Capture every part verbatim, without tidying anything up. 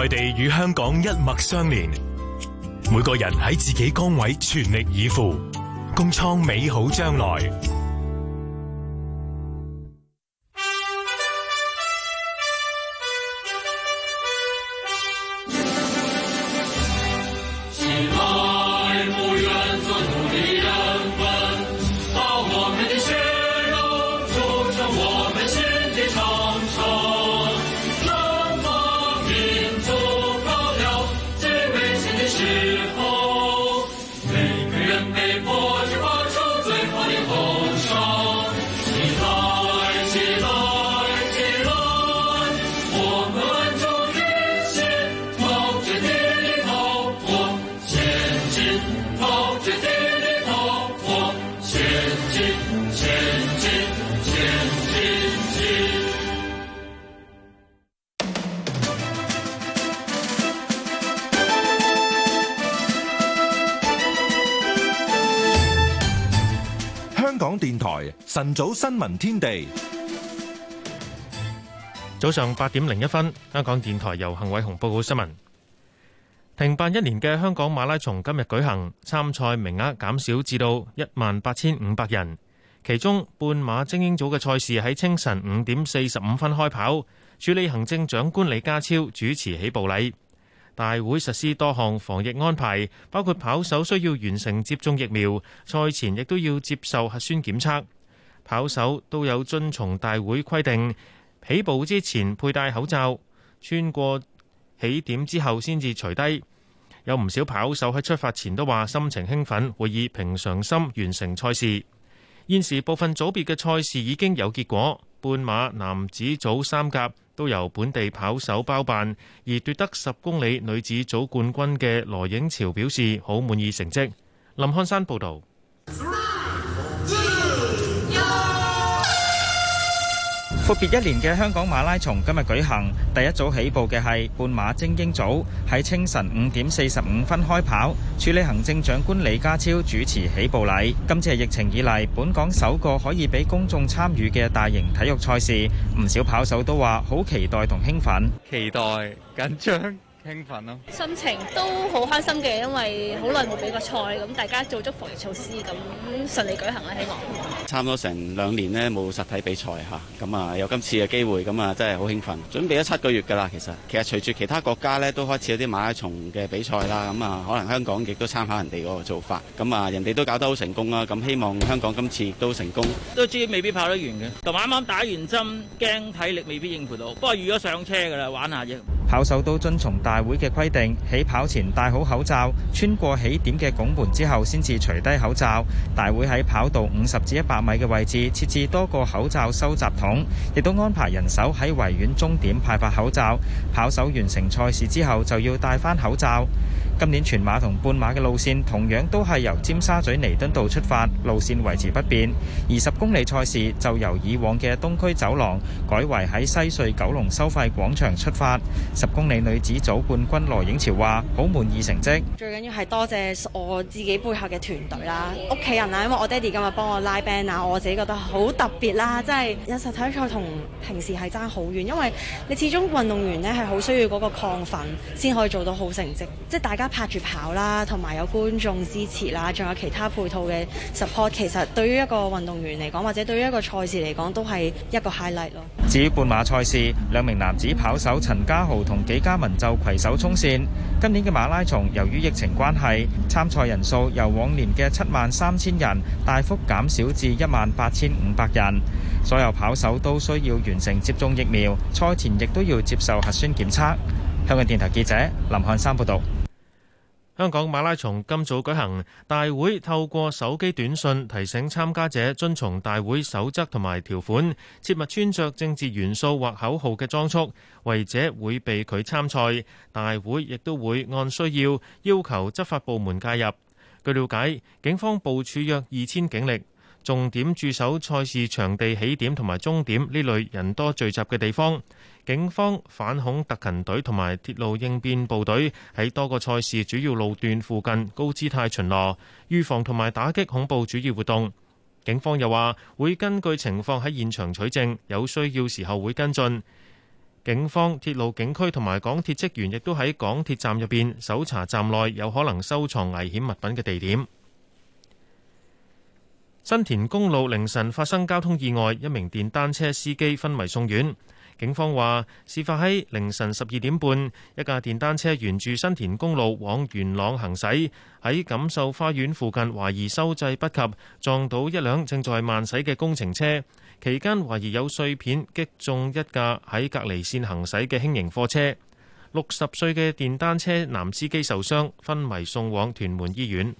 內地與香港一脈相連，每個人喺自己崗位全力以赴，共創美好將來。 香港電台晨早新聞天地， 早上八點零一分，香港電台由幸偉雄報告新聞。停辦一年嘅香港馬拉松今日舉行，參賽名額減少至到一萬八千五百人。其中半馬精英組嘅賽事喺清晨五點四十五分開跑，署理行政長官李家超主持起步禮。大會實施多項防疫安排，包括跑手需要完成接種疫苗，賽前亦都要接受核酸檢測。跑手都有遵從大會規定，起步之前佩戴口罩，穿過起點之後先至除低。有唔少跑手喺出發前都話心情興奮，會以平常心完成賽事。現時部分組別嘅賽事已經有結果，半馬男子組三甲都由本地跑手包辦，而奪得十公里女子組冠軍嘅羅影潮表示好滿意成績。林漢山報導。 闊別一年嘅香港馬拉松今日舉行，第一組起步嘅係半馬精英組，喺清晨五點四十五分開跑，署理行政長官李家超主持起步禮。今次係疫情以嚟本港首個可以俾公眾參與嘅大型體育賽事，唔少跑手都話好期待同興奮。 期待、緊張、興奮咯， 心情都好開心嘅，因為好耐冇比過賽，咁大家做足防疫措施，咁順利舉行啦，希望。 差唔多成兩年呢冇實體比賽嚇，咁啊有今次嘅機會，咁啊真係好興奮。準備咗七個月㗎啦，其實其實隨住其他國家呢都開始有啲馬拉松嘅比賽啦，咁啊可能香港亦都參考人哋嗰個做法，咁啊人哋都搞得好成功啦，咁希望香港今次亦都成功。 都知未必跑得完嘅，咁啱啱打完針，驚體力未必應付到，不過預咗上車㗎啦，玩下啫。 跑手都遵從大會嘅規定，起跑前戴好口罩，穿過起點嘅拱門之後先至除低口罩。大會喺跑道五十至一百米嘅位置設置多個口罩收集桶，亦都安排人手喺維園終點派發口罩。跑手完成賽事之後就要戴翻口罩。今年全馬同半馬嘅路線同樣都係由尖沙咀彌敦道出發，路線維持不變。而十公里賽事就由以往嘅東區走廊改為喺西隧九龍收費廣場出發。十公里女子組冠軍羅影潮話好滿意成績， 最緊要係多謝我自己背後嘅團隊啦、屋企人啦，因為我爹哋今日幫我拉 band 啊，我自己覺得好特別啦，真係有實體賽同平時係爭好遠，因為你始終運動員呢係好需要嗰個亢奮先可以做到好成績，即係大家拍住跑啦，同埋有觀眾支持啦，仲有其他配套嘅 support， 其實對於一個運動員嚟講，或者對於一個賽事嚟講，都係一個 highlight 咯。 至於半馬賽事，兩名男子跑手陳家豪同紀嘉文就攜手衝線。今年嘅馬拉松由於疫情關係，參賽人數由往年嘅七萬三千人大幅減少至一萬八千五百人。所有跑手都需要完成接種疫苗，賽前亦都要接受核酸檢測。香港電台記者林漢山報道。 香港馬拉松今早舉行，大會透過手機短訊提醒參加者遵從大會守則同埋條款，切勿穿着政治元素或口號嘅裝束，違者會被拒參賽。大會亦都會按需要要求執法部門介入。據了解，警方部署約二千警力，重點駐守賽事場地起點同埋終點呢類人多聚集嘅地方。警方反恐特勤隊同埋鐵路應變部隊喺多個賽事主要路段附近高姿態巡邏，預防同埋打擊恐怖主義活動。警方又話會根據情況喺現場取證，有需要時候會跟進。 警方、鐵路警區同埋港鐵職員亦都喺港鐵站入邊搜查站內有可能收藏危險物品嘅地點。新田公路凌晨發生交通意外，一名電單車司機昏迷送院。警方話，事發喺凌晨十二點半，一架電單車沿住新田公路往元朗行駛，喺錦繡花園附近懷疑收掣不及，撞到一輛正在慢駛嘅工程車。期間懷疑有碎片擊中一架喺隔離線行駛嘅輕型貨車。六十歲嘅電單車男司機受傷，昏迷送往屯門醫院。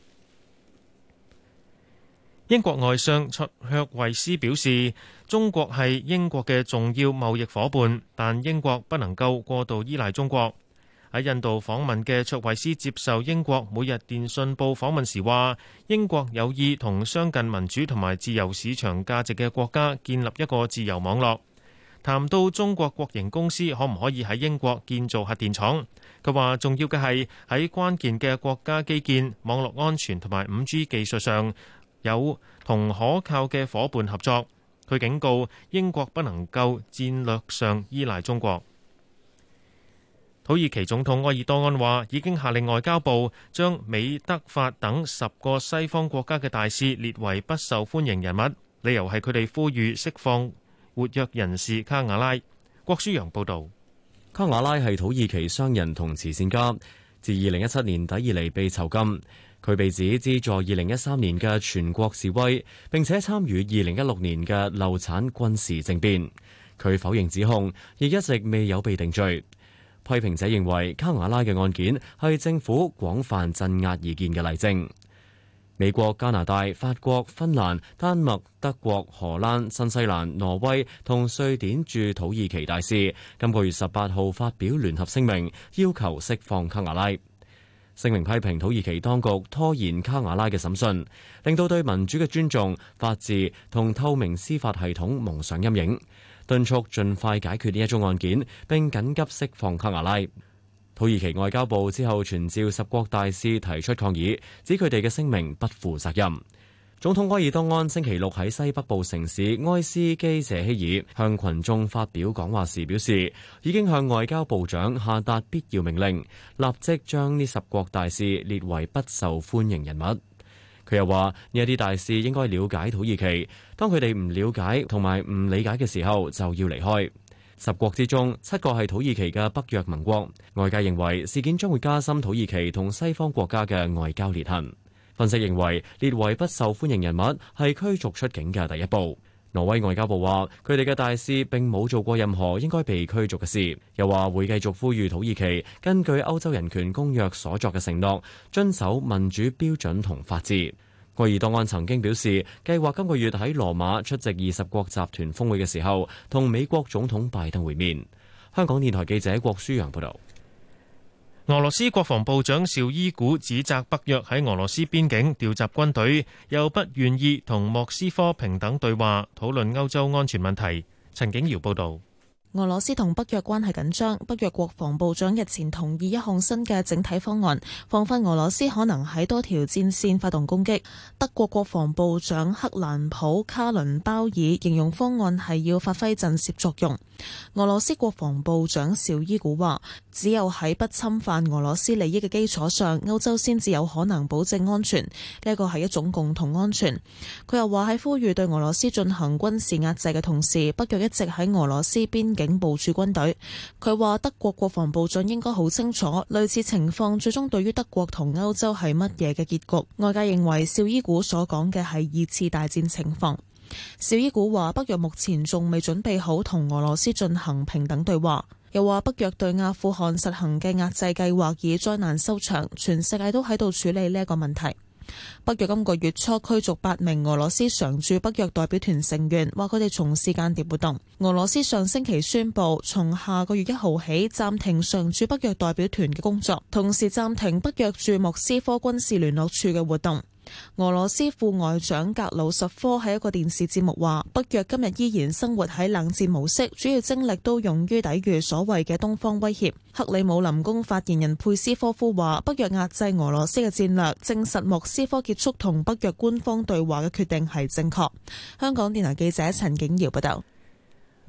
英國外相卓卓慧斯表示，中國係英國嘅重要貿易夥伴，但英國不能夠過度依賴中國。喺印度訪問嘅卓慧斯接受英國每日電訊報訪問時話，英國有意同相近民主同埋自由市場價值嘅國家建立一個自由網絡。談到中國國營公司可唔可以喺英國建造核電廠，佢話重要嘅係喺關鍵嘅國家基建、網絡安全同埋 五 G 技術上有同可靠嘅夥伴合作。佢警告英國不能夠戰略上依賴中國。土耳其總統埃爾多安話已經下令外交部將美、德、法等十個西方國家嘅大使列為不受歡迎人物，理由係佢哋呼籲釋放活躍人士卡瓦拉。郭書陽報導。 卡瓦拉係土耳其商人同慈善家，自二零一七年底以嚟被囚禁。佢被指資助二零一三年嘅全國示威，並且參與二零一六年嘅流產軍事政變。佢否認指控，亦一直未有被定罪。批評者認為卡瓦拉嘅案件係政府廣泛鎮壓異見嘅例證。美國、加拿大、法國、芬蘭、丹麥、德國、荷蘭、新西蘭、挪威同瑞典駐土耳其大使今個月十八號發表聯合聲明，要求釋放卡瓦拉。聲明批評土耳其當局拖延卡瓦拉嘅審訊，令到對民主嘅尊重、法治同透明司法系統蒙上陰影，敦促盡快解決呢一宗案件，並緊急釋放卡瓦拉。土耳其外交部之後傳召十國大使提出抗議，指佢哋嘅聲明不負責任。總統埃爾多安星期六喺西北部城市埃斯基謝希爾向群眾發表講話時表示，已經向外交部長下達必要命令，立即將呢十國大使列為不受歡迎人物。佢又話呢一啲大使應該了解土耳其，當佢哋唔了解同埋唔理解嘅時候就要離開。十國之中，七個係土耳其嘅北約盟國。外界認為事件將會加深土耳其同西方國家嘅外交裂痕。分析認為，列為不受歡迎人物係驅逐出境嘅第一步。挪威外交部話，佢哋嘅大使並冇做過任何應該被驅逐嘅事，又話會繼續呼籲土耳其根據歐洲人權公約所作嘅承諾，遵守民主標準同法治。埃爾多安曾經表示，計劃今個月喺羅馬出席二十國集團峰會嘅時候，同美國總統拜登會面。香港電台記者郭舒揚報導。 俄羅斯國防部長紹伊古指責北約喺俄羅斯邊境調集軍隊，又不願意同莫斯科平等對話，討論歐洲安全問題。陳景堯報導。 俄羅斯同北約關係緊張，北約國防部長日前同意一項新嘅整體方案，防範俄羅斯可能喺多條戰線發動攻擊。德國國防部長克蘭普卡倫鮑爾形容方案係要發揮震懾作用。俄羅斯國防部長紹伊古話，只有喺不侵犯俄羅斯利益嘅基礎上，歐洲先至有可能保證安全，呢個係一種共同安全。佢又話喺呼籲對俄羅斯進行軍事壓制嘅同時，北約一直喺俄羅斯邊境部署軍隊。佢話德國國防部長應該好清楚類似情況最終對於德國同歐洲係乜嘢嘅結局。外界認為紹伊古所講嘅係二次大戰情況。紹伊古話北約目前仲未準備好同俄羅斯進行平等對話，又話北約對阿富汗實行嘅壓制計劃以災難收場，全世界都喺度處理呢一個問題。北約今個月初驅逐八名俄羅斯常駐北約代表團成員，話佢哋從事間諜活動。俄羅斯上星期宣布，從下個月一號起暫停常駐北約代表團嘅工作，同時暫停北約駐莫斯科軍事聯絡處嘅活動。俄羅斯副外長格魯什科喺一個電視節目話，北約今日依然生活喺冷戰模式，主要精力都用於抵禦所謂嘅東方威脅。克里姆林宮發言人佩斯科夫話，北約壓制俄羅斯嘅戰略，證實莫斯科結束同北約官方對話嘅決定係正確。香港電台記者陳景瑤報道。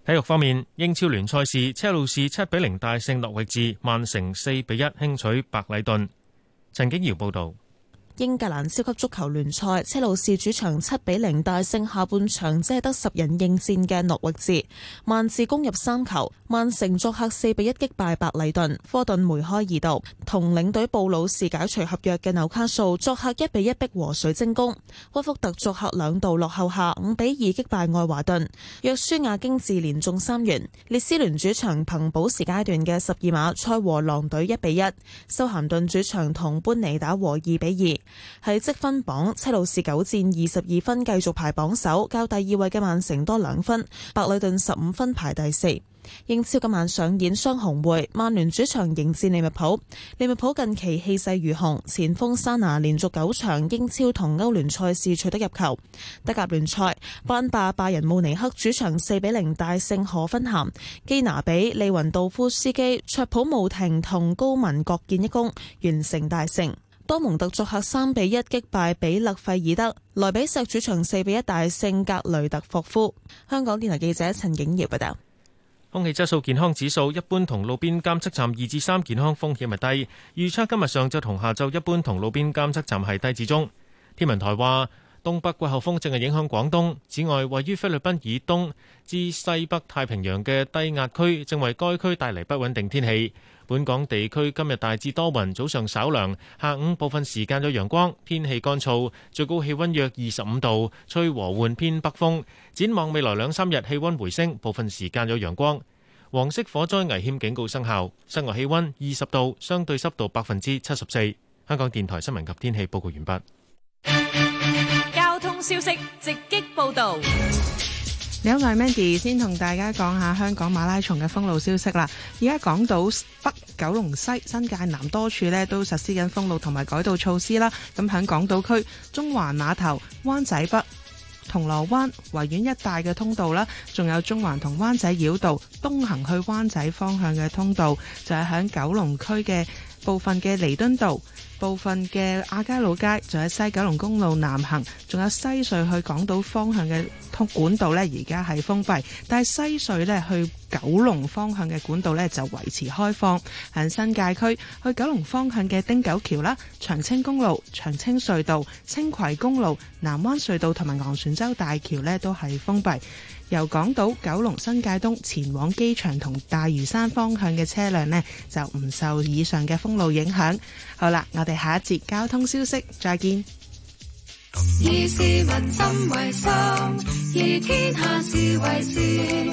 體育方面，英超聯賽事，車路士七比零大勝諾域治，曼城四比一輕取白禮頓。陳景堯報道。 英格蘭超級足球聯賽，車路士主場七比零大勝下半場只係得十人應戰嘅諾域治，曼治攻入三球。曼城作客四比一擊敗白禮頓，科頓梅開二度。同領隊布魯士解除合約嘅紐卡素作客一比一逼和水晶宮。屈福特作客兩度落後下五比二擊敗愛華頓。約書亞經治連中三元。列斯聯主場憑補時階段嘅十二碼賽和狼隊一比一。修咸頓主場同班尼打和二比二。喺積分榜，車路士九戰二十二分，繼續排榜首，較第二位嘅曼城多兩分。白禮頓十五分排第四。英超今晚上演雙紅會，曼聯主場迎戰利物浦。利物浦近期氣勢如虹，前鋒沙拿連續九場英超同歐聯賽事取得入球。德甲聯賽，班霸拜仁慕尼黑主場四比零大勝荷芬咸。基拿比、利雲道夫斯基、卓普慕廷同高文各建一功，完成大勝。多蒙特作客三比一擊敗比勒費爾德，萊比錫主場四比一大勝格雷特霍夫。香港電台記者陳景堯報道。 空氣質素健康指數一般同路邊監測站二至三，健康風險係低。預測今日上晝同下晝一般同路邊監測站係低至中。天文台話，東北季候風正係影響廣東。此外，位於菲律賓以東至西北太平洋嘅低壓區正為該區帶嚟不穩定天氣。本港地區今日大致多雲，早上稍涼，下午部分時間有陽光，天氣乾燥，最高氣溫約二十五度，吹和緩偏北風。展望未來兩三日氣溫回升，部分時間有陽光。黃色火災危險警告生效，室外氣溫二十度，相對濕度百分之七十四。香港電台新聞及天氣報告完畢。 交通消息直擊報道。 你好，我係 Mandy， 先同大家講下香港馬拉松嘅封路消息啦。而家港島北、九龍西、新界南多處呢都實施緊封路同埋改道措施啦。咁喺港島區中環碼頭、灣仔北、銅鑼灣、維園一帶嘅通道啦，仲有中環同灣仔繞道東行去灣仔方向嘅通道，就係喺九龍區嘅部分嘅彌敦道、部分嘅亞皆老街，仲有西九龍公路南行，仲有西隧去港島方向嘅通管道呢，而家係封閉，但係西隧呢去九龍方向嘅管道呢就維持開放。喺新界區去九龍方向嘅汀九橋啦、長青公路、長青隧道、青葵公路、南灣隧道同埋昂船洲大橋呢都係封閉。由港島、九龍、新界東前往機場同大嶼山方向嘅車輛呢，就唔受以上嘅封路影響。好啦，我哋下一節交通消息再見。 以市民心為心，以天下事為事。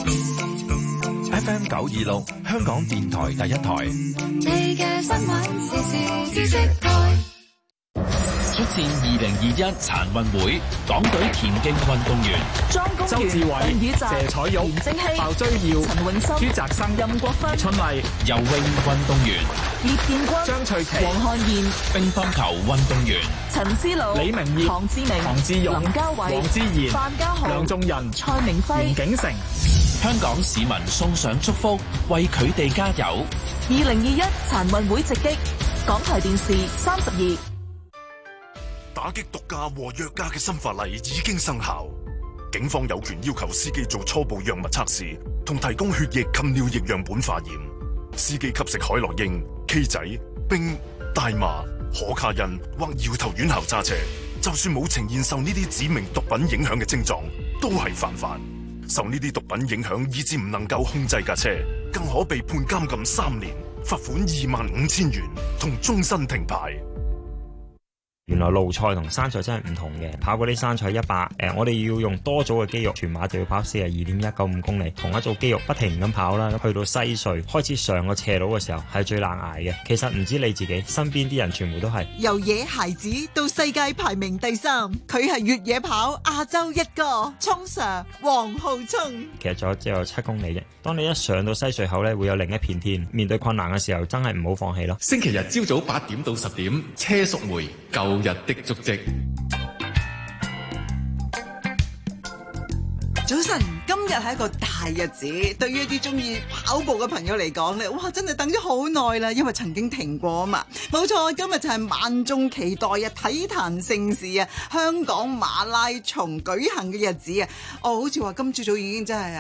F M 九二六，香港電台第一台。 你嘅新聞時事知識台。 出戰二零二一殘運會，港隊田徑運動員周志偉、謝彩玉、嚴正熙、鮑追耀、陳永修、朱澤生、任國芬、春麗； 游泳運動員葉建軍、張翠琪、黃漢燕； 乒乓球運動員陳思路、李明業、唐志明、唐志勇、林家偉、黃之賢、范家豪、梁仲仁、蔡明輝、袁景成。 香港市民送上祝福，為佢哋加油。 二零二一殘運會直擊，港台電視三十二。 打擊毒駕和藥駕嘅新法例已經生效，警方有權要求司機做初步藥物測試，同提供血液及尿液樣本化驗。司機吸食海洛因、K 仔、冰、大麻、可卡因或搖頭丸後揸車，就算冇呈現受呢啲指明毒品影響嘅症狀，都係犯法。受呢啲毒品影響以致唔能夠控制架車，更可被判監禁三年、罰款二萬五千元同終身停牌。 原來路賽同山賽真係唔同嘅，跑嗰啲山賽一百，誒，我哋要用多組嘅肌肉，全馬就要跑四十二點一九五公里，同一組肌肉不停咁跑啦。去到西隧開始上個斜路嘅時候，係最難捱嘅。其實唔止你自己，身邊啲人全部都係。 由野孩子到世界排名第三，佢係越野跑亞洲一哥，衝 Sir 黃浩聰。 其實仲有只有七公里啫。當你一上到西隧口呢，會有另一片天。面對困難嘅時候，真係唔好放棄咯。 星期日朝早八點到十點，車淑梅舊日的足跡。 早晨，今日係一個大日子，對於一啲中意跑步嘅朋友嚟講咧，哇，真係等咗好耐啦，因為曾經停過啊嘛。冇錯，今日就係萬眾期待嘅體壇盛事啊，香港馬拉松舉行嘅日子啊。哦，好似話今朝早已經真係啊。